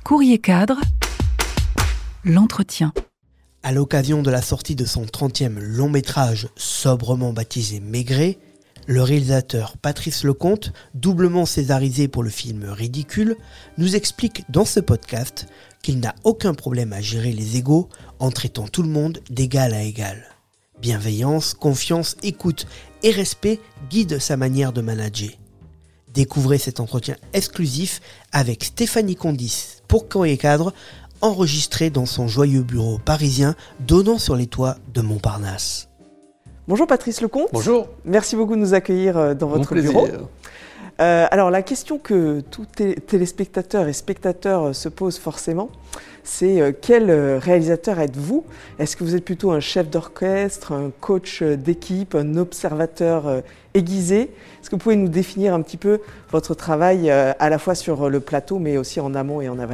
Courrier Cadre, l'entretien. À l'occasion de la sortie de son 30e long métrage sobrement baptisé Maigret, le réalisateur Patrice Lecomte, doublement césarisé pour le film Ridicule, nous explique dans ce podcast qu'il n'a aucun problème à gérer les égos en traitant tout le monde d'égal à égal. Bienveillance, confiance, écoute et respect guident sa manière de manager. Découvrez cet entretien exclusif avec Stéphanie Condis pour Courrier Cadre, enregistré dans son joyeux bureau parisien donnant sur les toits de Montparnasse. Bonjour Patrice Lecomte. Bonjour. Merci beaucoup de nous accueillir dans votre bureau. Alors la question que tout téléspectateur et spectateur se pose forcément, c'est quel réalisateur êtes-vous ? Est-ce que vous êtes plutôt un chef d'orchestre, un coach d'équipe, un observateur aiguisé ? Est-ce que vous pouvez nous définir un petit peu votre travail à la fois sur le plateau mais aussi en amont et en aval ?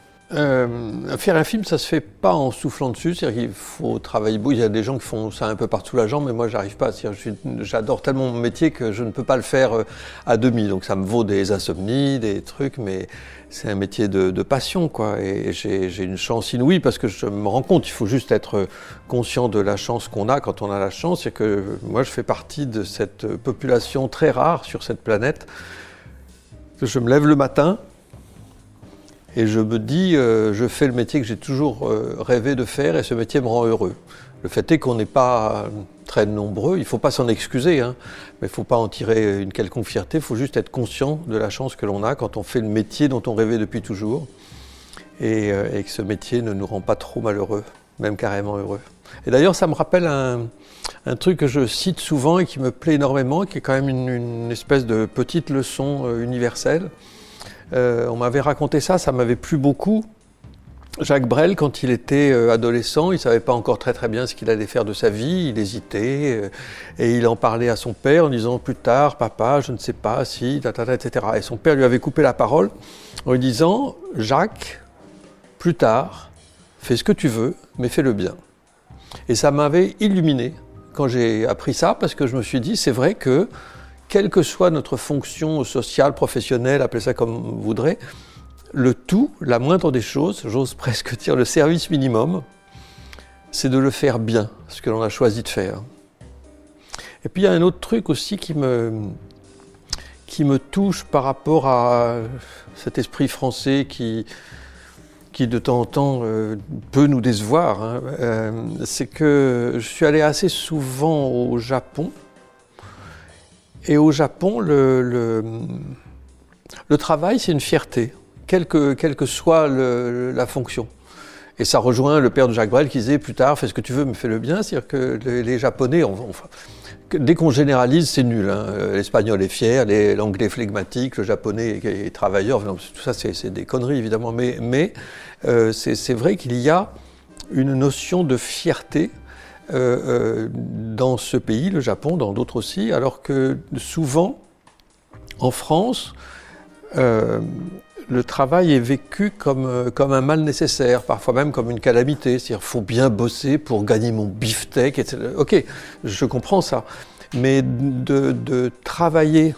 Faire un film, ça se fait pas en soufflant dessus, c'est-à-dire qu'il faut travailler beaucoup. Il y a des gens qui font ça un peu partout la jambe, mais moi j'arrive pas. J'adore tellement mon métier que je ne peux pas le faire à demi. Donc ça me vaut des insomnies, des trucs, mais c'est un métier de passion, quoi. Et j'ai une chance inouïe parce que je me rends compte, il faut juste être conscient de la chance qu'on a quand on a la chance. C'est que moi je fais partie de cette population très rare sur cette planète. Je me lève le matin. Et je me dis, je fais le métier que j'ai toujours rêvé de faire et ce métier me rend heureux. Le fait est qu'on n'est pas très nombreux, il ne faut pas s'en excuser, hein, mais il ne faut pas en tirer une quelconque fierté, il faut juste être conscient de la chance que l'on a quand on fait le métier dont on rêvait depuis toujours et que ce métier ne nous rend pas trop malheureux, même carrément heureux. Et d'ailleurs, ça me rappelle un truc que je cite souvent et qui me plaît énormément, qui est quand même une espèce de petite leçon universelle. On m'avait raconté ça m'avait plu beaucoup. Jacques Brel, quand il était adolescent, il ne savait pas encore très bien ce qu'il allait faire de sa vie, il hésitait, et il en parlait à son père en disant « Plus tard, papa, je ne sais pas si, etc. » Et son père lui avait coupé la parole en lui disant « Jacques, plus tard, fais ce que tu veux, mais fais-le bien. » Et ça m'avait illuminé quand j'ai appris ça, parce que je me suis dit « C'est vrai que quelle que soit notre fonction sociale, professionnelle, appelez ça comme vous voudrez, le tout, la moindre des choses, j'ose presque dire le service minimum, c'est de le faire bien, ce que l'on a choisi de faire. Et puis il y a un autre truc aussi qui me touche par rapport à cet esprit français qui de temps en temps peut nous décevoir, hein. C'est que je suis allé assez souvent au Japon. Et au Japon, le travail, c'est une fierté, quelle que soit la fonction. Et ça rejoint le père de Jacques Brel qui disait « Plus tard, fais ce que tu veux, mais fais-le bien ». C'est-à-dire que les Japonais, dès qu'on généralise, c'est nul, hein. L'espagnol est fier, l'anglais flegmatique, le japonais est travailleur. Non, tout ça, c'est des conneries, évidemment. Mais c'est vrai qu'il y a une notion de fierté dans ce pays, le Japon, dans d'autres aussi, alors que souvent, en France, le travail est vécu comme un mal nécessaire, parfois même comme une calamité. C'est-à-dire qu'il faut bien bosser pour gagner mon beefsteak, etc. Ok, je comprends ça. Mais de travailler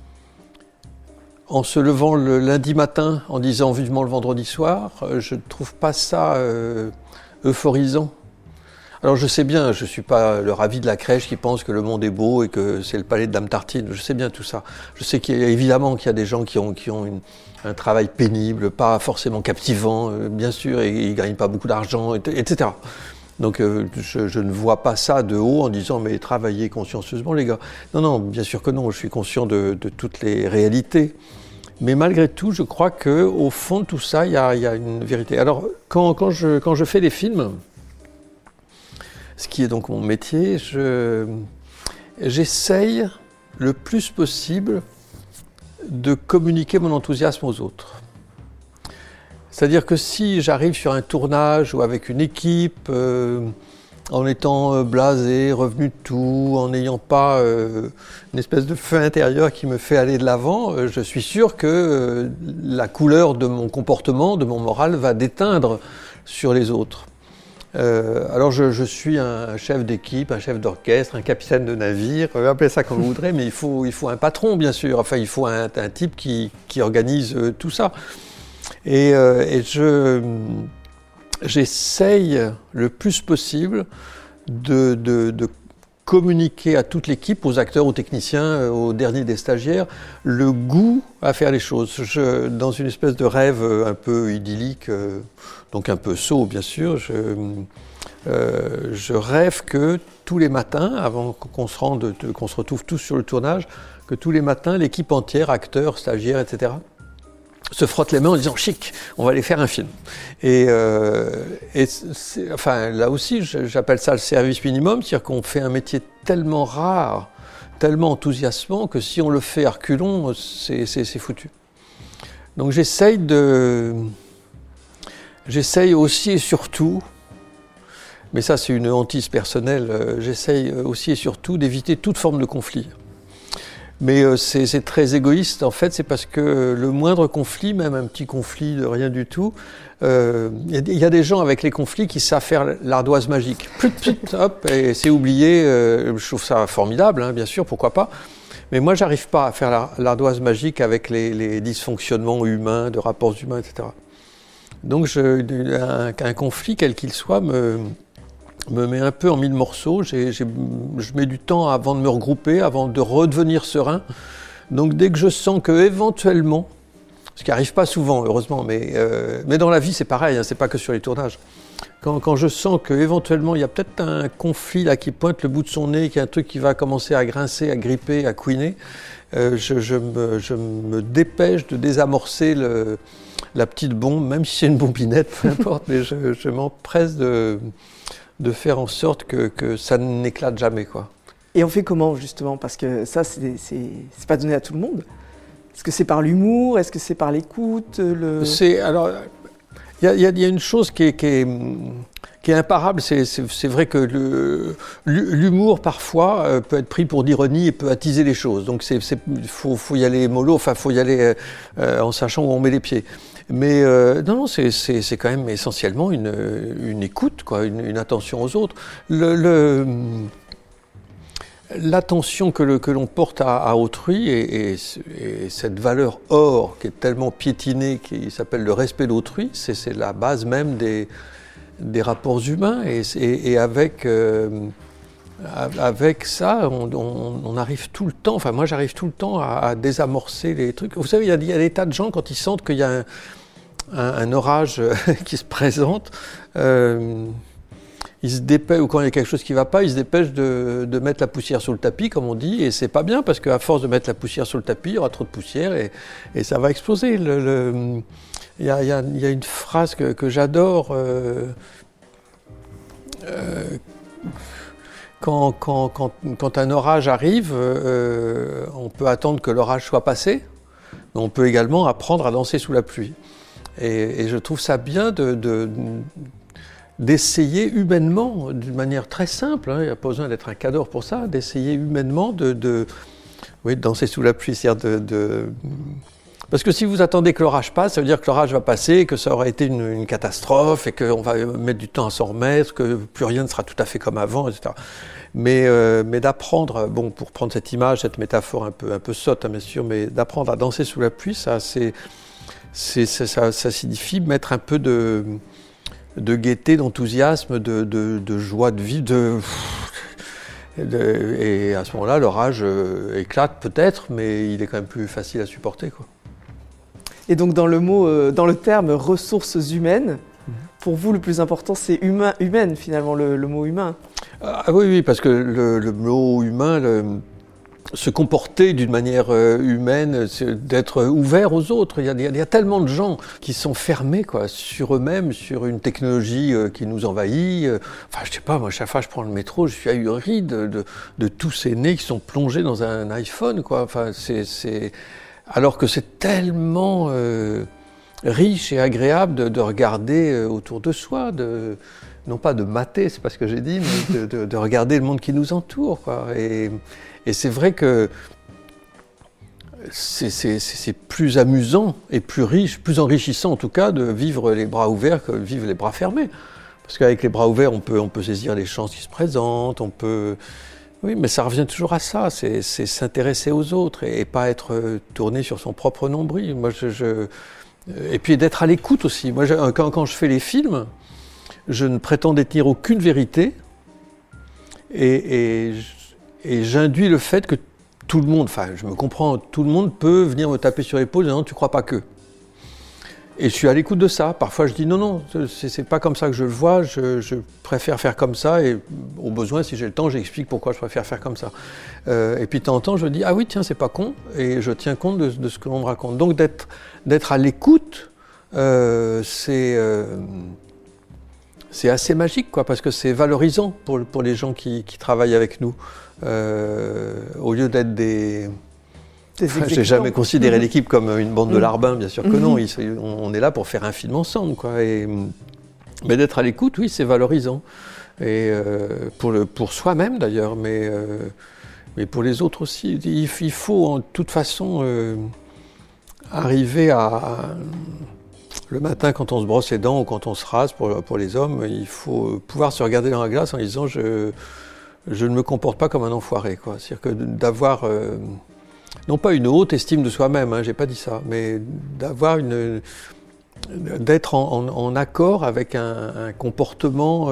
en se levant le lundi matin, en disant vivement le vendredi soir, je ne trouve pas ça euphorisant. Alors je sais bien, je ne suis pas le ravi de la crèche qui pense que le monde est beau et que c'est le palais de Dame Tartine, je sais bien tout ça. Je sais évidemment qu'il y a des gens qui ont un travail pénible, pas forcément captivant, bien sûr, et ils ne gagnent pas beaucoup d'argent, etc. Donc je ne vois pas ça de haut en disant « mais travaillez consciencieusement les gars ». Non, bien sûr que non, je suis conscient de toutes les réalités. Mais malgré tout, je crois qu'au fond de tout ça, il y a une vérité. Alors quand je fais des films, ce qui est donc mon métier, j'essaye le plus possible de communiquer mon enthousiasme aux autres. C'est-à-dire que si j'arrive sur un tournage ou avec une équipe, en étant blasé, revenu de tout, en n'ayant pas une espèce de feu intérieur qui me fait aller de l'avant, je suis sûr que la couleur de mon comportement, de mon moral va déteindre sur les autres. Alors je suis un chef d'équipe, un chef d'orchestre, un capitaine de navire, appelez ça comme vous voudrez, mais il faut un patron bien sûr, enfin il faut un type qui organise tout ça. Et j'essaye le plus possible de communiquer à toute l'équipe, aux acteurs, aux techniciens, aux derniers des stagiaires, le goût à faire les choses. Dans une espèce de rêve un peu idyllique, donc un peu sot bien sûr, je rêve que tous les matins, avant qu'on se retrouve tous sur le tournage, que tous les matins, l'équipe entière, acteurs, stagiaires, etc., se frotte les mains en disant « chic, on va aller faire un film ». Enfin, là aussi, j'appelle ça le service minimum, c'est-à-dire qu'on fait un métier tellement rare, tellement enthousiasmant, que si on le fait à reculons, c'est foutu. Donc j'essaye aussi et surtout, mais ça c'est une hantise personnelle, j'essaye aussi et surtout d'éviter toute forme de conflit. Mais c'est très égoïste, en fait, c'est parce que le moindre conflit, même un petit conflit de rien du tout, y a des gens avec les conflits qui savent faire l'ardoise magique. Hop, et c'est oublié, je trouve ça formidable, hein, bien sûr, pourquoi pas. Mais moi, j'arrive pas à faire l'ardoise magique avec les dysfonctionnements humains, de rapports humains, etc. Donc un conflit, quel qu'il soit, me met un peu en mille morceaux, je mets du temps avant de me regrouper, avant de redevenir serein. Donc dès que je sens que éventuellement, ce qui n'arrive pas souvent heureusement, mais dans la vie c'est pareil, hein, c'est pas que sur les tournages. Quand je sens qu'éventuellement il y a peut-être un conflit là qui pointe le bout de son nez, qu'il y a un truc qui va commencer à grincer, à gripper, à couiner, je me dépêche de désamorcer la petite bombe, même si c'est une bombinette, peu importe, mais je m'empresse de faire en sorte que ça n'éclate jamais, quoi. Et on fait comment, justement? Parce que ça, c'est pas donné à tout le monde. Est-ce que c'est par l'humour? Est-ce que c'est par l'écoute? Alors, il y a une chose qui est imparable, c'est vrai que l'humour, parfois, peut être pris pour d'ironie et peut attiser les choses. Donc, faut y aller mollo, enfin, faut y aller en sachant où on met les pieds. Mais non, c'est quand même essentiellement une écoute, quoi, une attention aux autres. L'attention que l'on porte à autrui et cette valeur or qui est tellement piétinée, qui s'appelle le respect d'autrui, c'est la base même des rapports humains. Et avec ça, on arrive tout le temps, enfin moi j'arrive tout le temps à désamorcer les trucs. Vous savez, il y a des tas de gens, quand ils sentent qu'il y a un orage qui se présente, ils se dépêchent, ou quand il y a quelque chose qui ne va pas, ils se dépêchent de mettre la poussière sur le tapis, comme on dit, et c'est pas bien, parce qu'à force de mettre la poussière sur le tapis, il y aura trop de poussière et ça va exploser. Il y a une phrase que j'adore, quand un orage arrive, on peut attendre que l'orage soit passé, mais on peut également apprendre à danser sous la pluie. Et je trouve ça bien d'essayer humainement, d'une manière très simple, hein, il n'y a pas besoin d'être un cador pour ça, d'essayer humainement de danser sous la pluie, c'est-à-dire parce que si vous attendez que l'orage passe, ça veut dire que l'orage va passer, que ça aura été une catastrophe, et qu'on va mettre du temps à s'en remettre, que plus rien ne sera tout à fait comme avant, etc. Mais d'apprendre, bon, pour prendre cette image, cette métaphore un peu sotte, hein, bien sûr, mais d'apprendre à danser sous la pluie, ça signifie mettre un peu de gaieté, d'enthousiasme, de joie de vivre, et à ce moment-là, l'orage éclate peut-être, mais il est quand même plus facile à supporter, quoi. Et donc dans le terme ressources humaines, pour vous le plus important c'est humaine finalement, le mot humain. Ah oui, parce que le mot humain, se comporter d'une manière humaine, d'être ouvert aux autres. Il y a tellement de gens qui sont fermés, quoi, sur eux-mêmes, sur une technologie qui nous envahit. Enfin, je sais pas, moi, chaque fois que je prends le métro, je suis ahuri de tous ces nez qui sont plongés dans un iPhone, quoi. Enfin, alors que c'est tellement riche et agréable de regarder autour de soi, non pas de mater, c'est pas ce que j'ai dit, mais de regarder le monde qui nous entoure, quoi. Et c'est vrai que c'est plus amusant et plus riche, plus enrichissant en tout cas, de vivre les bras ouverts que de vivre les bras fermés. Parce qu'avec les bras ouverts, on peut saisir les chances qui se présentent, Oui, mais ça revient toujours à ça, c'est s'intéresser aux autres et pas être tourné sur son propre nombril. Moi, Et puis d'être à l'écoute aussi. Moi, quand je fais les films, je ne prétends détenir aucune vérité et j'induis le fait que tout le monde, enfin je me comprends, tout le monde peut venir me taper sur l'épaule en disant « tu crois pas que ». Et je suis à l'écoute de ça. Parfois je dis non, c'est pas comme ça que je le vois, je préfère faire comme ça et au besoin, si j'ai le temps, j'explique pourquoi je préfère faire comme ça. Et puis de temps en temps, je dis ah oui, tiens, c'est pas con, et je tiens compte de ce que l'on me raconte. Donc d'être à l'écoute, c'est assez magique, quoi, parce que c'est valorisant pour les gens qui travaillent avec nous. Au lieu d'être des... Enfin, je n'ai jamais considéré l'équipe comme une bande de larbins, bien sûr que non. On est là pour faire un film ensemble, quoi. Mais d'être à l'écoute, oui, c'est valorisant. Et pour soi-même d'ailleurs, mais pour les autres aussi. Il faut en toute façon arriver à... Le matin, quand on se brosse les dents ou quand on se rase, pour les hommes, il faut pouvoir se regarder dans la glace en disant je ne me comporte pas comme un enfoiré, quoi. C'est-à-dire que d'avoir... non pas une haute estime de soi-même, hein, j'ai pas dit ça, mais d'être en accord avec un comportement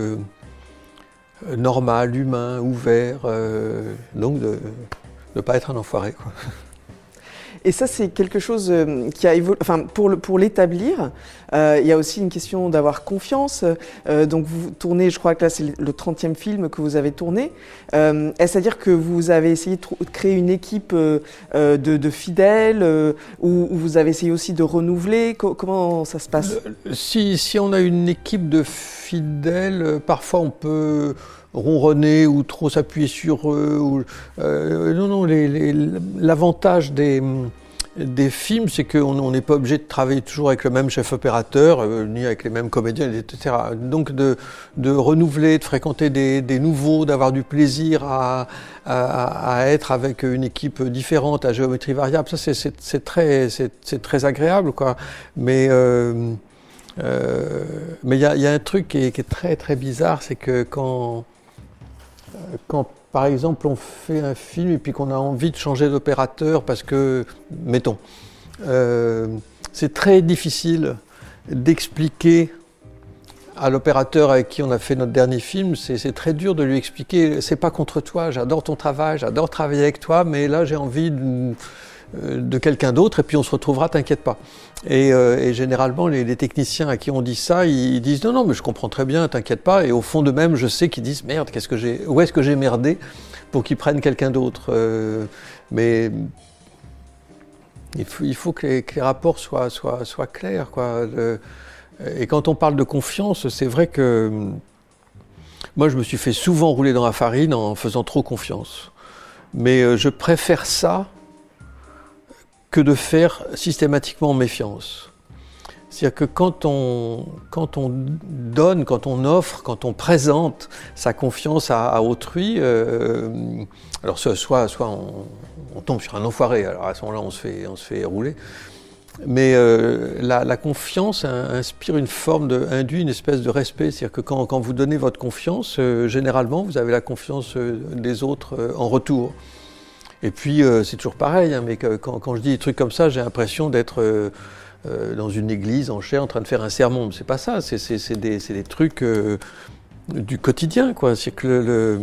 normal, humain, ouvert, donc de ne pas être un enfoiré, quoi. Et ça, c'est quelque chose qui a évolué. Enfin, pour l'établir, il y a aussi une question d'avoir confiance. Donc, vous tournez, je crois que là, c'est le 30e film que vous avez tourné. Est-ce à dire que vous avez essayé de créer une équipe de fidèles ou vous avez essayé aussi de renouveler? Comment ça se passe? Si on a une équipe de fidèles, parfois on peut ronronner ou trop s'appuyer sur eux. Non, l'avantage des films, c'est qu'on n'est pas obligé de travailler toujours avec le même chef opérateur, ni avec les mêmes comédiens, etc. Donc de renouveler, de fréquenter des nouveaux, d'avoir du plaisir à être avec une équipe différente, à géométrie variable, ça c'est très agréable, quoi. Mais il y a un truc qui est très très bizarre, c'est que quand par exemple on fait un film et puis qu'on a envie de changer d'opérateur parce que, mettons, c'est très difficile d'expliquer à l'opérateur avec qui on a fait notre dernier film, c'est très dur de lui expliquer, c'est pas contre toi, j'adore ton travail, j'adore travailler avec toi, mais là j'ai envie de quelqu'un d'autre et puis on se retrouvera, t'inquiète pas. Et généralement les techniciens à qui on dit ça, ils disent non mais je comprends très bien, t'inquiète pas, et au fond d'eux-mêmes je sais qu'ils disent merde, où est-ce que j'ai merdé pour qu'ils prennent quelqu'un d'autre, mais il faut que les rapports soient clairs, quoi. Et quand on parle de confiance, c'est vrai que moi je me suis fait souvent rouler dans la farine en faisant trop confiance, mais je préfère ça que de faire systématiquement méfiance. C'est-à-dire que quand on donne, quand on offre, quand on présente sa confiance à autrui, alors soit on tombe sur un enfoiré, alors à ce moment-là on se fait rouler, mais la confiance inspire induit une espèce de respect. C'est-à-dire que quand vous donnez votre confiance, généralement vous avez la confiance des autres en retour. Et puis, c'est toujours pareil, hein, mais quand je dis des trucs comme ça, j'ai l'impression d'être dans une église en chair en train de faire un sermon. Mais c'est pas ça, c'est des trucs du quotidien, quoi. C'est que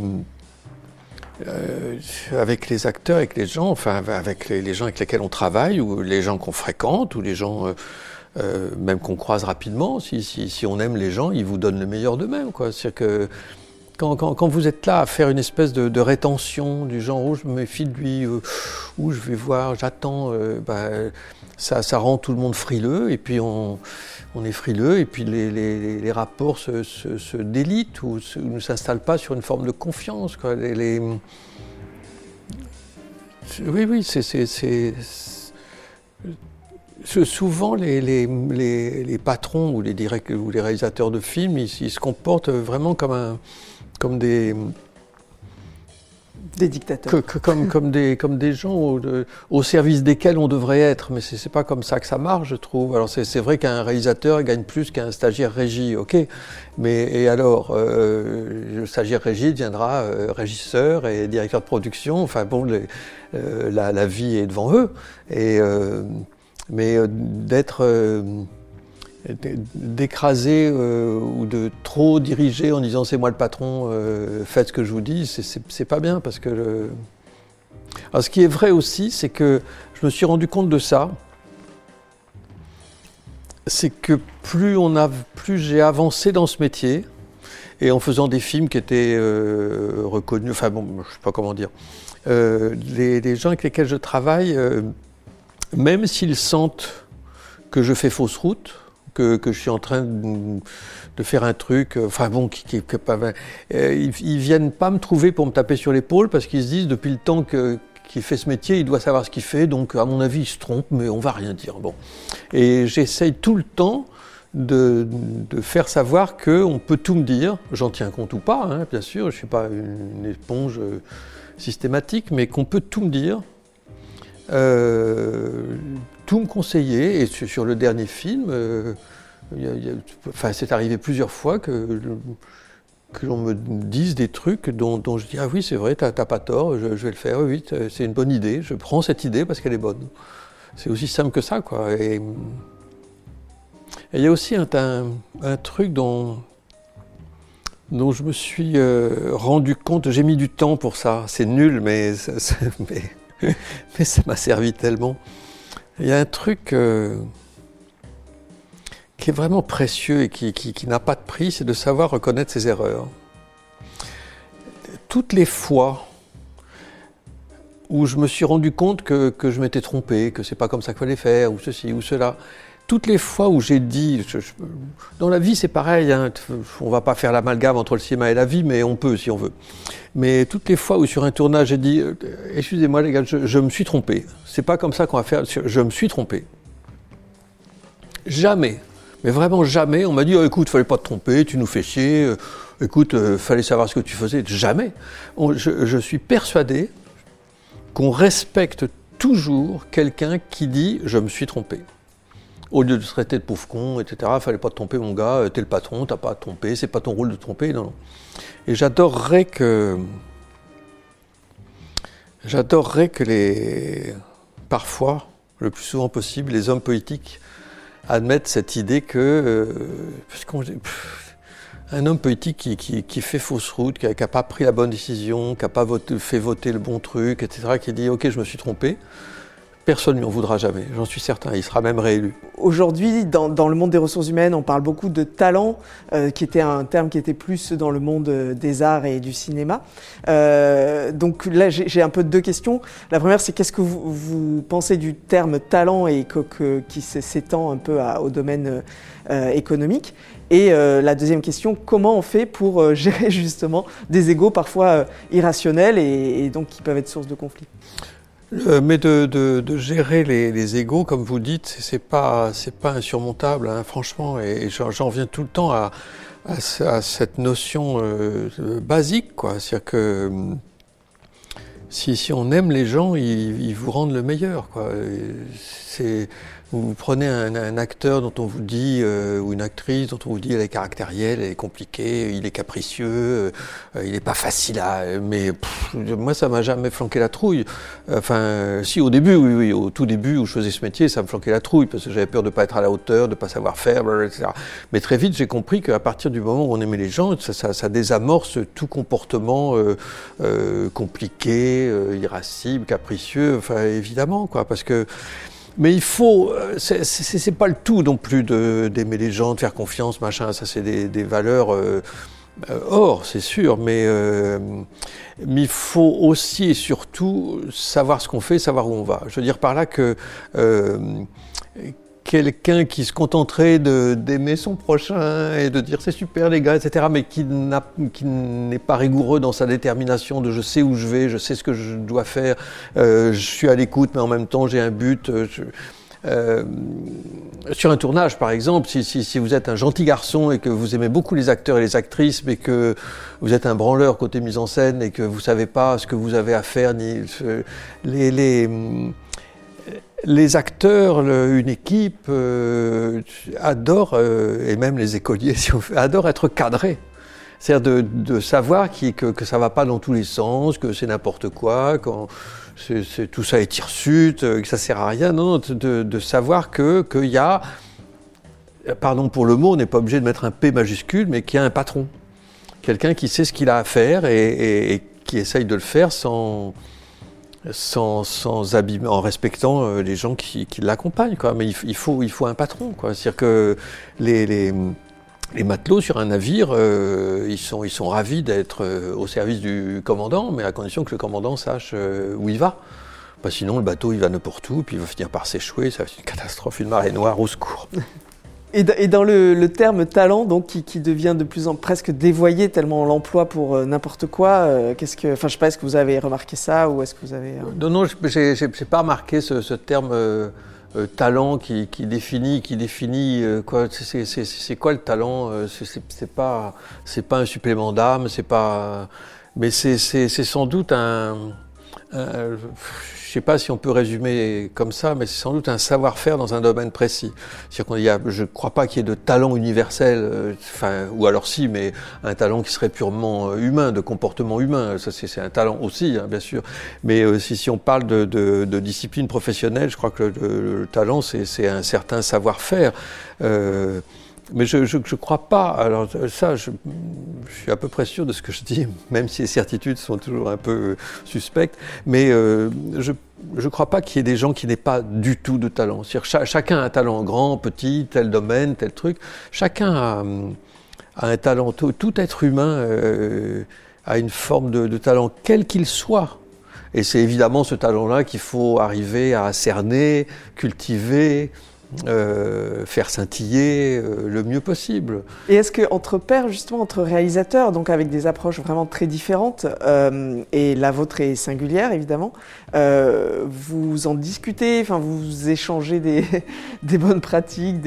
avec les acteurs, avec les gens, enfin, avec les gens avec lesquels on travaille, ou les gens qu'on fréquente, ou les gens même qu'on croise rapidement, si on aime les gens, ils vous donnent le meilleur d'eux-mêmes, quoi. C'est-à-dire que quand vous êtes là à faire une espèce de rétention du genre où je me méfie de lui, où je vais voir, j'attends, ça rend tout le monde frileux, et puis on est frileux, et puis les rapports se délitent ou ne s'installent pas sur une forme de confiance, quoi. Oui, souvent les patrons ou les réalisateurs de films, ils se comportent vraiment comme des dictateurs. Comme des gens au service desquels on devrait être, mais c'est pas comme ça que ça marche, je trouve. Alors c'est vrai qu'un réalisateur gagne plus qu'un stagiaire régie, ok, et alors le stagiaire régie deviendra régisseur et directeur de production, enfin bon, la vie est devant eux, Mais d'écraser ou de trop diriger en disant c'est moi le patron, faites ce que je vous dis, c'est pas bien parce que Alors, ce qui est vrai aussi, c'est que je me suis rendu compte de ça, c'est que plus j'ai avancé dans ce métier et en faisant des films qui étaient reconnus, enfin bon, je sais pas comment dire, les gens avec lesquels je travaille, même s'ils sentent que je fais fausse route, que je suis en train de faire un truc, enfin bon, ils viennent pas me trouver pour me taper sur l'épaule parce qu'ils se disent depuis le temps qu'il fait ce métier, il doit savoir ce qu'il fait, donc à mon avis il se trompe, mais on va rien dire. Bon. Et j'essaye tout le temps de faire savoir qu'on peut tout me dire, j'en tiens compte ou pas, hein, bien sûr, je suis pas une éponge systématique, mais qu'on peut tout me dire. Tout me conseiller, et sur le dernier film, c'est arrivé plusieurs fois que l'on me dise des trucs dont je dis « Ah oui, c'est vrai, t'as pas tort, je vais le faire, oui, c'est une bonne idée, je prends cette idée parce qu'elle est bonne. » C'est aussi simple que ça, quoi. Et il y a aussi un truc dont je me suis rendu compte, j'ai mis du temps pour ça, c'est nul, mais ça m'a servi tellement. Il y a un truc qui est vraiment précieux et qui n'a pas de prix, c'est de savoir reconnaître ses erreurs. Toutes les fois où je me suis rendu compte que je m'étais trompé, que c'est pas comme ça qu'il fallait faire, ou ceci ou cela, toutes les fois où j'ai dit, dans la vie c'est pareil, hein, on va pas faire l'amalgame entre le cinéma et la vie, mais on peut si on veut. Mais toutes les fois où sur un tournage j'ai dit, excusez-moi les gars, je me suis trompé, c'est pas comme ça qu'on va faire, je me suis trompé. Jamais, mais vraiment jamais, on m'a dit, oh, écoute, fallait pas te tromper, tu nous fais chier, écoute, fallait savoir ce que tu faisais, jamais. Je suis persuadé qu'on respecte toujours quelqu'un qui dit, je me suis trompé. Au lieu de se traiter de pauvre con, etc., fallait pas te tromper mon gars, t'es le patron, t'as pas à te tromper, c'est pas ton rôle de te tromper, non. Et j'adorerais que parfois, le plus souvent possible, les hommes politiques admettent cette idée que, un homme politique qui fait fausse route, qui n'a pas pris la bonne décision, qui n'a pas fait voter le bon truc, etc., qui dit « Ok, je me suis trompé », personne ne lui en voudra jamais, j'en suis certain, il sera même réélu. Aujourd'hui, dans le monde des ressources humaines, on parle beaucoup de talent, qui était un terme qui était plus dans le monde des arts et du cinéma. Donc là, j'ai un peu deux questions. La première, c'est qu'est-ce que vous pensez du terme talent et qui s'étend un peu au domaine économique? Et la deuxième question, comment on fait pour gérer justement des égos parfois irrationnels et donc qui peuvent être source de conflits? Mais de gérer les égos, comme vous dites, c'est pas insurmontable, hein, franchement. Et j'en viens tout le temps à cette notion basique, quoi. C'est-à-dire que si on aime les gens, ils vous rendent le meilleur, quoi. Vous prenez un acteur dont on vous dit, ou une actrice dont on vous dit elle est caractérielle, elle est compliquée, il est capricieux, il n'est pas facile mais moi ça m'a jamais flanqué la trouille. Enfin, si au début, oui, au tout début où je faisais ce métier, ça me flanquait la trouille parce que j'avais peur de ne pas être à la hauteur, de ne pas savoir faire, etc. Mais très vite j'ai compris qu'à partir du moment où on aimait les gens, ça désamorce tout comportement compliqué, irascible, capricieux, enfin évidemment, quoi, parce que. Mais il faut, c'est pas le tout non plus d'aimer les gens, de faire confiance, machin, ça c'est des valeurs or, c'est sûr, mais il faut aussi et surtout savoir ce qu'on fait, savoir où on va. Je veux dire par là que quelqu'un qui se contenterait d'aimer son prochain et de dire c'est super les gars, etc., mais qui n'est pas rigoureux dans sa détermination de je sais où je vais, je sais ce que je dois faire, je suis à l'écoute, mais en même temps j'ai un but. Sur un tournage, par exemple, si vous êtes un gentil garçon et que vous aimez beaucoup les acteurs et les actrices, mais que vous êtes un branleur côté mise en scène et que vous savez pas ce que vous avez à faire, les acteurs, une équipe adore, et même les écoliers, si on fait, adore être cadrés. C'est-à-dire de savoir que ça ne va pas dans tous les sens, que c'est n'importe quoi, tout ça est hirsute, que ça ne sert à rien. Non, de savoir qu'il y a, pardon pour le mot, on n'est pas obligé de mettre un P majuscule, mais qu'il y a un patron. Quelqu'un qui sait ce qu'il a à faire et qui essaye de le faire sans abîmer, en respectant les gens qui l'accompagnent, quoi. Mais il faut un patron, quoi. C'est-à-dire que les matelots sur un navire, ils sont ravis d'être au service du commandant, mais à condition que le commandant sache où il va. Parce que sinon, le bateau, il va n'importe où, puis il va finir par s'échouer, ça va être une catastrophe, une marée noire, au secours. Et dans le terme talent, donc qui devient de plus en presque dévoyé tellement on l'emploie pour n'importe quoi, je sais pas, est-ce que vous avez remarqué ça ou est-ce que vous avez Non, j'ai pas remarqué ce terme talent qui définit quoi. C'est quoi le talent? C'est pas un supplément d'âme, c'est pas. Mais c'est sans doute je ne sais pas si on peut résumer comme ça, mais c'est sans doute un savoir-faire dans un domaine précis. C'est-à-dire je ne crois pas qu'il y ait de talent universel, ou alors si, mais un talent qui serait purement humain, de comportement humain. Ça, c'est un talent aussi, hein, bien sûr. Mais si on parle de discipline professionnelle, je crois que le talent, c'est un certain savoir-faire. Mais je crois pas, alors ça, je suis à peu près sûr de ce que je dis, même si les certitudes sont toujours un peu suspectes, mais je crois pas qu'il y ait des gens qui n'aient pas du tout de talent. C'est-à-dire, chacun a un talent, grand, petit, tel domaine, tel truc. Chacun a un talent, tout être humain a une forme de talent, quel qu'il soit. Et c'est évidemment ce talent-là qu'il faut arriver à cerner, cultiver, faire scintiller le mieux possible. Et est-ce qu'entre pairs, justement, entre réalisateurs, donc avec des approches vraiment très différentes, et la vôtre est singulière évidemment, vous en discutez, enfin vous échangez des bonnes pratiques,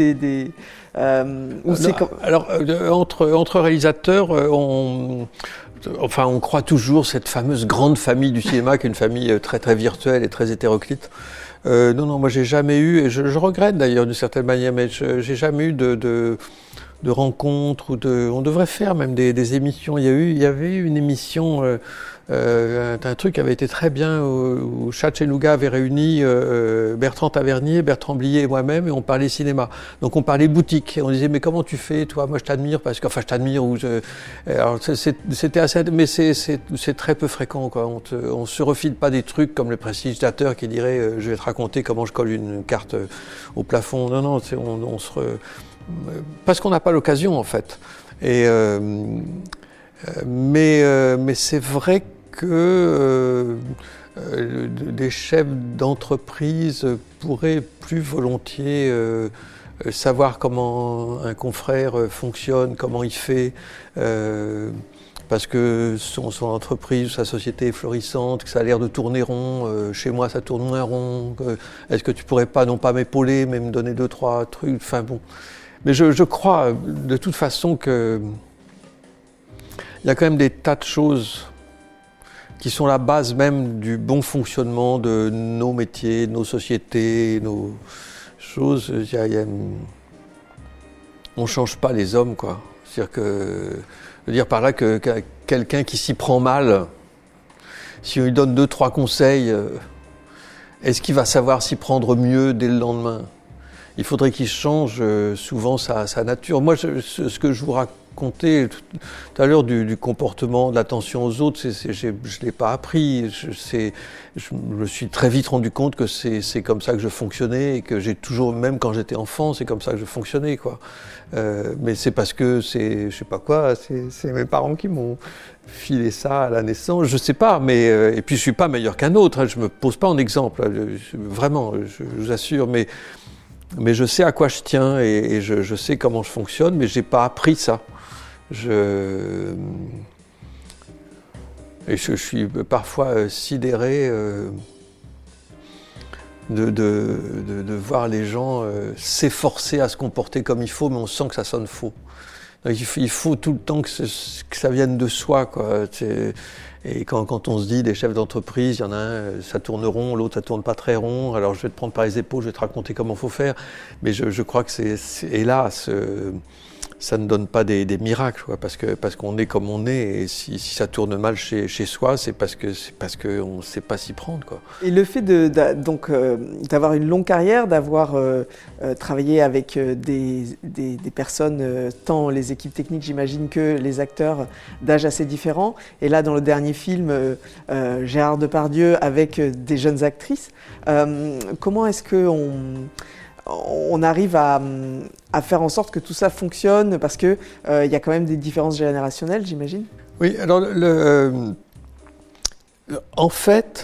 Alors entre réalisateurs, on croit toujours cette fameuse grande famille du cinéma qui est une famille très très virtuelle et très hétéroclite. Non, moi j'ai jamais eu, et je regrette d'ailleurs d'une certaine manière, mais j'ai jamais eu de rencontres on devrait faire même des émissions. Il y avait eu une émission, un truc qui avait été très bien où Chatchenouga avait réuni Bertrand Tavernier, Bertrand Blier et moi-même, et on parlait cinéma. Donc on parlait boutique. Et on disait mais comment tu fais toi? Moi je t'admire je t'admire alors c'était assez, mais c'est très peu fréquent, quoi. On se refile pas des trucs comme le prestidigitateur qui dirait je vais te raconter comment je colle une carte au plafond. Non, parce qu'on n'a pas l'occasion en fait. Mais c'est vrai que des chefs d'entreprise pourraient plus volontiers savoir comment un confrère fonctionne, comment il fait, parce que son entreprise, sa société est florissante, que ça a l'air de tourner rond, chez moi ça tourne moins rond, est-ce que tu pourrais pas, non pas m'épauler, mais me donner 2-3 trucs, enfin bon. Mais je crois de toute façon que il y a quand même des tas de choses qui sont la base même du bon fonctionnement de nos métiers, de nos sociétés, nos choses. On ne change pas les hommes, quoi. C'est-à-dire que, je veux dire par là que quelqu'un qui s'y prend mal, si on lui donne 2-3 conseils, est-ce qu'il va savoir s'y prendre mieux dès le lendemain? Il faudrait qu'il change souvent sa nature. Moi, ce que je vous racontais tout à l'heure du comportement, de l'attention aux autres, je ne l'ai pas appris. Je me suis très vite rendu compte que c'est comme ça que je fonctionnais et que j'ai toujours, même quand j'étais enfant, c'est comme ça que je fonctionnais, quoi. Mais c'est parce que je sais pas quoi, c'est mes parents qui m'ont filé ça à la naissance, je sais pas, mais et puis je suis pas meilleur qu'un autre, hein, je me pose pas en exemple, vraiment, je vous assure, mais je sais à quoi je tiens et je sais comment je fonctionne, mais j'ai pas appris ça. Je suis parfois sidéré de voir les gens s'efforcer à se comporter comme il faut, mais on sent que ça sonne faux. Donc il faut tout le temps que ça vienne de soi, quoi. Et quand on se dit des chefs d'entreprise, il y en a un, ça tourne rond, l'autre ça tourne pas très rond, alors je vais te prendre par les épaules, je vais te raconter comment il faut faire. Mais je crois que c'est hélas, ça ne donne pas des miracles, quoi, parce qu'on est comme on est, et si ça tourne mal chez soi, c'est parce qu'on ne sait pas s'y prendre, quoi. Et le fait d'avoir une longue carrière, d'avoir travaillé avec des personnes, tant les équipes techniques, j'imagine, que les acteurs d'âge assez différents, et là dans le dernier film, Gérard Depardieu avec des jeunes actrices, comment est-ce qu'on arrive à faire en sorte que tout ça fonctionne, parce qu'il y a quand même des différences générationnelles, j'imagine? Oui, alors en fait,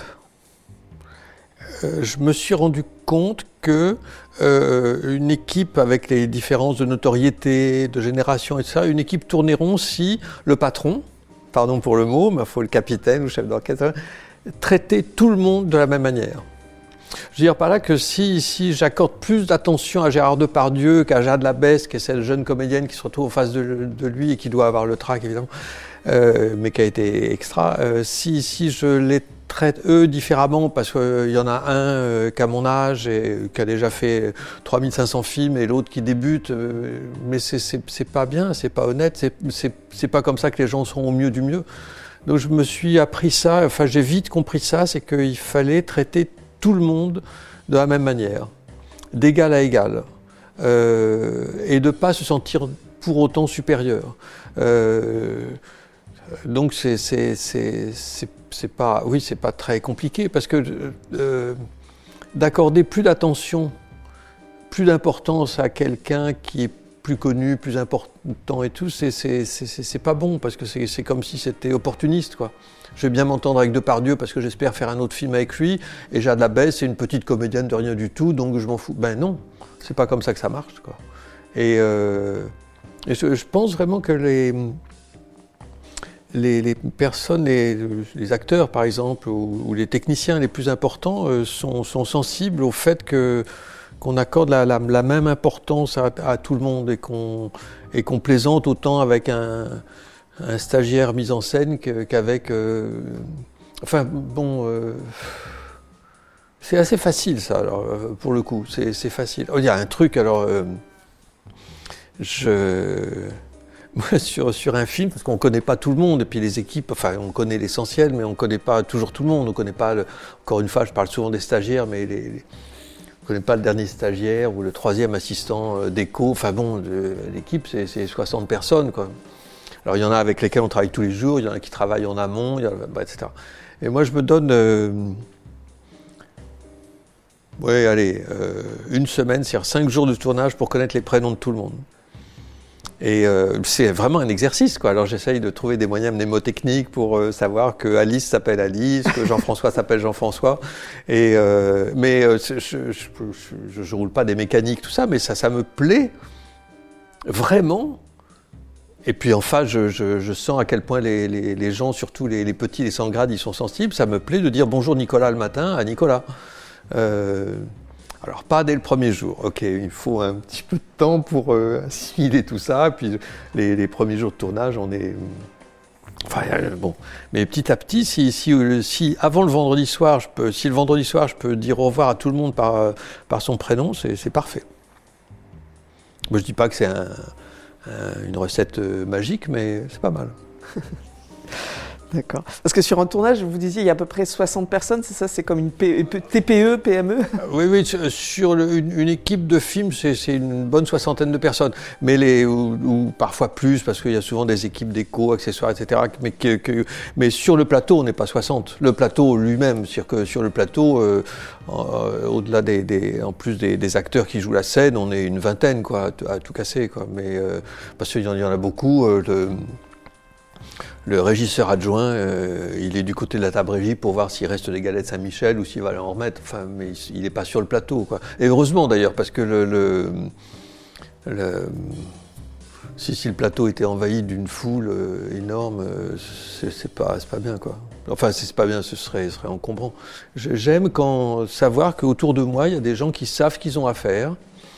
je me suis rendu compte que une équipe avec les différences de notoriété, de génération et tout ça, une équipe tournait rond si le patron, pardon pour le mot, mais il faut le capitaine ou chef d'orchestre, traitait tout le monde de la même manière. Je veux dire par là que si j'accorde plus d'attention à Gérard Depardieu qu'à Jade Labesse, qui est cette jeune comédienne qui se retrouve en face de lui et qui doit avoir le trac évidemment, mais qui a été extra, si je les traite eux différemment, parce qu'il y en a un qui a mon âge et qui a déjà fait 3500 films et l'autre qui débute, mais c'est pas bien, c'est pas honnête, c'est pas comme ça que les gens seront au mieux du mieux. Donc je me suis appris ça, enfin j'ai vite compris ça, c'est qu'il fallait traiter tout le monde de la même manière, d'égal à égal, et de ne pas se sentir pour autant supérieur. Donc c'est pas très compliqué, parce que d'accorder plus d'attention, plus d'importance à quelqu'un qui est plus connu, plus important et tout, c'est pas bon, parce que c'est comme si c'était opportuniste, quoi. Je vais bien m'entendre avec Depardieu parce que j'espère faire un autre film avec lui, et Jade Labesse, c'est une petite comédienne de rien du tout, donc je m'en fous. Ben non, c'est pas comme ça que ça marche, quoi. Et je pense vraiment que les personnes, les acteurs par exemple, ou les techniciens les plus importants sont sensibles au fait qu'on accorde la même importance à tout le monde, et qu'on plaisante autant avec un stagiaire mis en scène qu'avec... Enfin bon, c'est assez facile ça, alors, pour le coup, c'est facile. Oh, il y a un truc, alors... Moi, sur un film, parce qu'on ne connaît pas tout le monde, et puis les équipes, enfin on connaît l'essentiel, mais on ne connaît pas toujours tout le monde, on ne connaît pas, encore une fois, je parle souvent des stagiaires, mais on ne connaît pas le dernier stagiaire ou le troisième assistant d'éco, enfin bon, l'équipe c'est 60 personnes, quoi. Alors il y en a avec lesquels on travaille tous les jours, il y en a qui travaillent en amont, etc. Et moi je me donne, une semaine, c'est-à-dire 5 jours de tournage pour connaître les prénoms de tout le monde. Et c'est vraiment un exercice, quoi. Alors j'essaye de trouver des moyens mnémotechniques pour savoir que Alice s'appelle Alice, que Jean-François s'appelle Jean-François. Mais je roule pas des mécaniques, tout ça, mais ça me plaît vraiment. Et puis enfin, je sens à quel point les gens, surtout les petits, les sans grade, ils sont sensibles. Ça me plaît de dire bonjour Nicolas le matin à Nicolas. Alors pas dès le premier jour, ok, il faut un petit peu de temps pour assimiler tout ça, puis les premiers jours de tournage, on est... Enfin bon, mais petit à petit, si avant le vendredi soir, si le vendredi soir je peux dire au revoir à tout le monde par son prénom, c'est parfait. Moi je dis pas que c'est une recette magique, mais c'est pas mal. D'accord. Parce que sur un tournage, vous disiez, il y a à peu près 60 personnes, c'est ça? C'est comme une TPE, PME? Oui, sur une équipe de film, c'est une bonne 60aine de personnes. Mais ou parfois plus, parce qu'il y a souvent des équipes d'éco, accessoires, etc. Mais sur le plateau, on n'est pas 60. Le plateau lui-même, c'est-à-dire que sur le plateau, au-delà en plus des acteurs qui jouent la scène, on est une vingtaine, quoi, à tout casser, quoi. Mais, parce qu'il y en a beaucoup. Le régisseur adjoint, il est du côté de la table régie pour voir s'il reste des galettes Saint-Michel ou s'il va en remettre. Enfin, mais il n'est pas sur le plateau, quoi. Et heureusement d'ailleurs, parce que si le plateau était envahi d'une foule énorme, c'est pas bien, quoi. Enfin, c'est pas bien, ce serait encombrant. J'aime savoir qu'autour de moi, il y a des gens qui savent ce qu'ils ont à faire.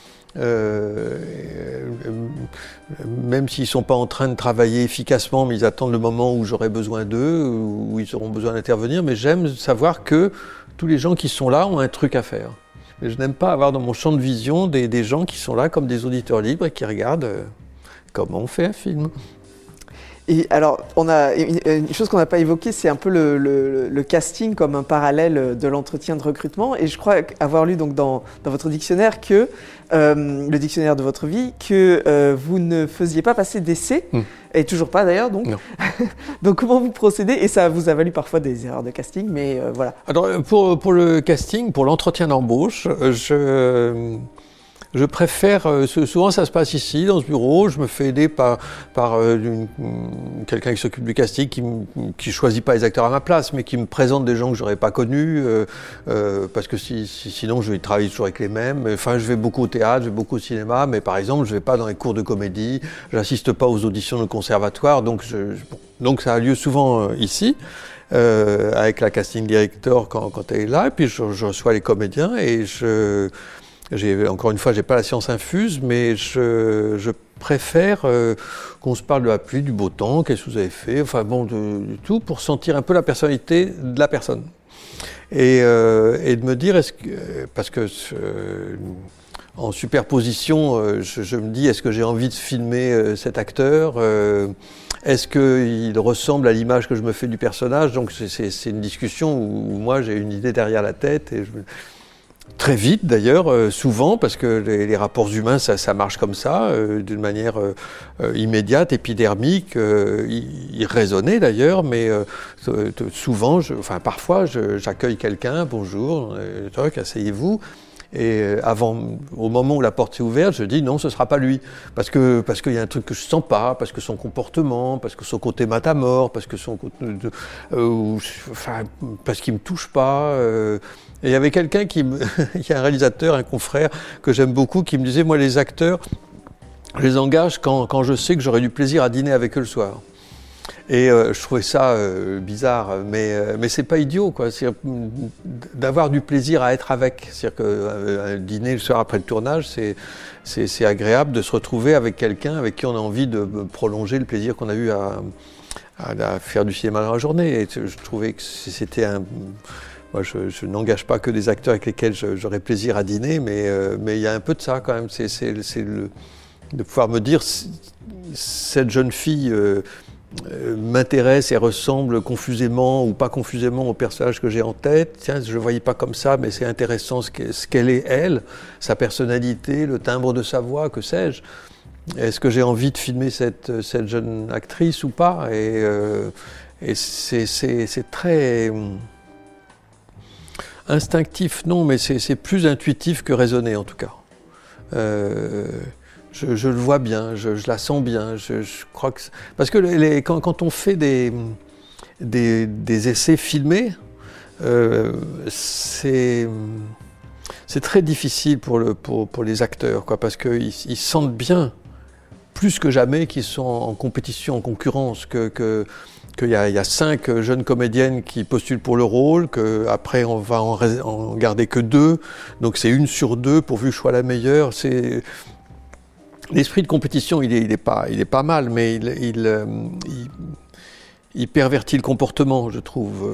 Même s'ils ne sont pas en train de travailler efficacement, mais ils attendent le moment où j'aurai besoin d'eux, où ils auront besoin d'intervenir. Mais j'aime savoir que tous les gens qui sont là ont un truc à faire. Mais je n'aime pas avoir dans mon champ de vision des gens qui sont là comme des auditeurs libres et qui regardent comment on fait un film. Et alors, on a une chose qu'on n'a pas évoquée, c'est un peu le casting comme un parallèle de l'entretien de recrutement. Et je crois avoir lu donc dans votre dictionnaire que, le dictionnaire de votre vie, que vous ne faisiez pas passer d'essai, et toujours pas d'ailleurs. Donc, donc comment vous procédez? Et ça vous a valu parfois des erreurs de casting, mais voilà. Alors, pour le casting, pour l'entretien d'embauche, je préfère, souvent ça se passe ici, dans ce bureau, je me fais aider par quelqu'un qui s'occupe du casting, qui choisit pas les acteurs à ma place, mais qui me présente des gens que j'aurais pas connus, parce que sinon je vais travailler toujours avec les mêmes. Enfin, je vais beaucoup au théâtre, je vais beaucoup au cinéma, mais par exemple, je vais pas dans les cours de comédie, j'assiste pas aux auditions de conservatoire, donc ça a lieu souvent ici. Avec la casting director quand elle est là, et puis je reçois les comédiens et encore une fois, j'ai pas la science infuse, mais je préfère qu'on se parle de la pluie, du beau temps, qu'est-ce que vous avez fait, enfin bon, de tout, pour sentir un peu la personnalité de la personne. Et de me dire, parce que en superposition, je me dis, est-ce que j'ai envie de filmer cet acteur est-ce qu'il ressemble à l'image que je me fais du personnage? Donc c'est une discussion où moi j'ai une idée derrière la tête et très vite d'ailleurs, souvent, parce que les rapports humains, ça marche comme ça, d'une manière immédiate, épidermique, irraisonnée d'ailleurs, mais souvent, parfois, j'accueille quelqu'un, bonjour, asseyez-vous. Et au moment où la porte est ouverte, je dis non, ce sera pas lui, parce qu'il y a un truc que je sens pas, parce que son comportement, parce que son côté matamore, parce que parce qu'il me touche pas. Et il y avait quelqu'un il y a un réalisateur, un confrère que j'aime beaucoup, qui me disait, moi les acteurs, je les engage quand je sais que j'aurai du plaisir à dîner avec eux le soir. Et je trouvais ça bizarre, mais c'est pas idiot, quoi. C'est d'avoir du plaisir à être avec. C'est-à-dire qu'un dîner le soir après le tournage, c'est agréable de se retrouver avec quelqu'un avec qui on a envie de prolonger le plaisir qu'on a eu à faire du cinéma dans la journée. Et je trouvais que c'était moi, je n'engage pas que des acteurs avec lesquels j'aurais plaisir à dîner, mais il y a un peu de ça quand même. C'est de pouvoir me dire, cette jeune fille m'intéresse et ressemble confusément ou pas confusément au personnage que j'ai en tête. Tiens, je ne le voyais pas comme ça, mais c'est intéressant ce qu'elle est, elle, sa personnalité, le timbre de sa voix, que sais-je. Est-ce que j'ai envie de filmer cette jeune actrice ou pas? Et c'est très instinctif, non, mais c'est plus intuitif que raisonné en tout cas. Je le vois bien, je la sens bien. Je crois que parce que quand on fait des essais filmés, c'est très difficile pour les acteurs, quoi, parce qu'ils sentent bien, plus que jamais, qu'ils sont en compétition, en concurrence, qu'il y a 5 jeunes comédiennes qui postulent pour le rôle, qu'après on va en garder que 2, donc c'est 1 sur 2 pourvu que je sois la meilleure. L'esprit de compétition, il est pas mal, mais il pervertit le comportement, je trouve.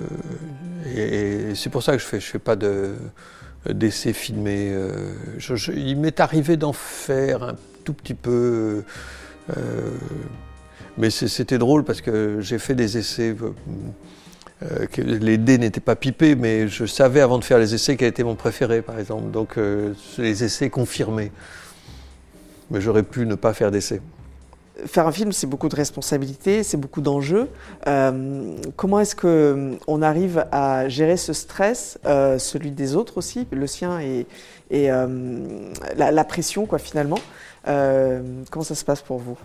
Et c'est pour ça que je fais pas d'essais filmés. Il m'est arrivé d'en faire un tout petit peu, mais c'était drôle parce que j'ai fait des essais. Que les dés n'étaient pas pipés, mais je savais avant de faire les essais quel était mon préféré, par exemple. Donc les essais confirmés. Mais j'aurais pu ne pas faire d'essai. Faire un film, c'est beaucoup de responsabilités, c'est beaucoup d'enjeux. Comment est-ce qu'on arrive à gérer ce stress, celui des autres aussi, le sien et la pression, quoi, finalement? Comment ça se passe pour vous?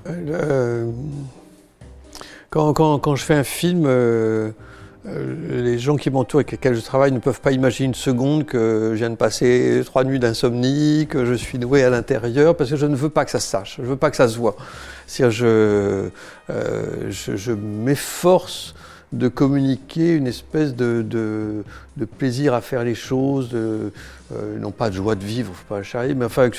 Quand je fais un film, les gens qui m'entourent et avec lesquels je travaille ne peuvent pas imaginer une seconde que je viens de passer 3 nuits d'insomnie, que je suis noué à l'intérieur, parce que je ne veux pas que ça se sache, je ne veux pas que ça se voit. C'est-à-dire je m'efforce de communiquer une espèce de plaisir à faire les choses, non pas de joie de vivre, faut pas le charrier, mais enfin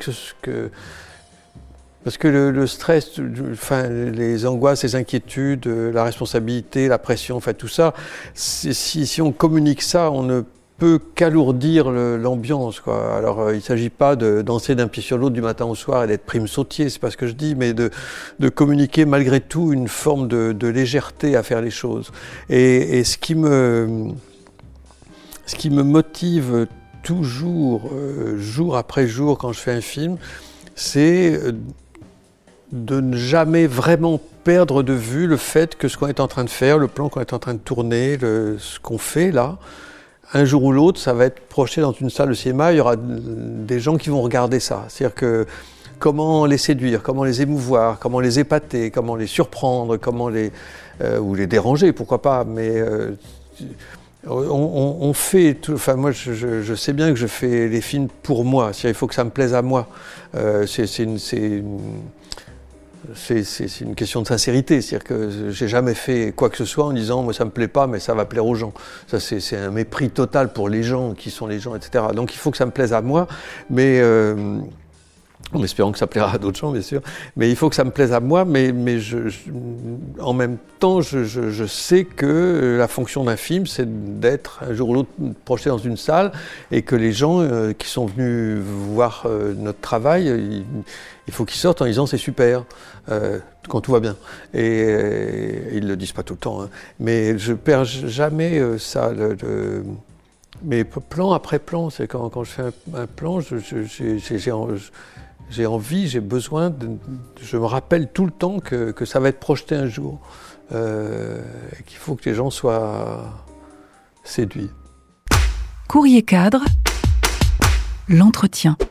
parce que le stress, les angoisses, les inquiétudes, la responsabilité, la pression, tout ça, si on communique ça, on ne peut qu'alourdir l'ambiance, quoi. Alors, il ne s'agit pas de danser d'un pied sur l'autre du matin au soir et d'être prime sautier, c'est pas ce que je dis, mais de communiquer malgré tout une forme de légèreté à faire les choses. Et ce qui me motive toujours, jour après jour, quand je fais un film, c'est de ne jamais vraiment perdre de vue le fait que ce qu'on est en train de faire, le plan qu'on est en train de tourner, ce qu'on fait là, un jour ou l'autre, ça va être projeté dans une salle de cinéma, il y aura des gens qui vont regarder ça. C'est-à-dire que comment les séduire, comment les émouvoir, comment les épater, comment les surprendre, comment ou les déranger, pourquoi pas, mais on fait tout, enfin moi je sais bien que je fais les films pour moi, c'est-à-dire il faut que ça me plaise à moi. C'est une question de sincérité, c'est-à-dire que j'ai jamais fait quoi que ce soit en disant moi ça me plaît pas mais ça va plaire aux gens. Ça c'est un mépris total pour les gens qui sont les gens, etc. Donc il faut que ça me plaise à moi, mais en espérant que ça plaira à d'autres gens, bien sûr. Mais il faut que ça me plaise à moi, mais en même temps, je sais que la fonction d'un film, c'est d'être un jour ou l'autre projeté dans une salle et que les gens qui sont venus voir notre travail, il faut qu'ils sortent en disant c'est super, quand tout va bien. Et ils le disent pas tout le temps, hein. Mais je perds jamais ça. Mais plan après plan, c'est quand je fais un plan, j'ai envie, j'ai besoin, je me rappelle tout le temps que ça va être projeté un jour, et qu'il faut que les gens soient séduits. Courrier Cadre, l'entretien.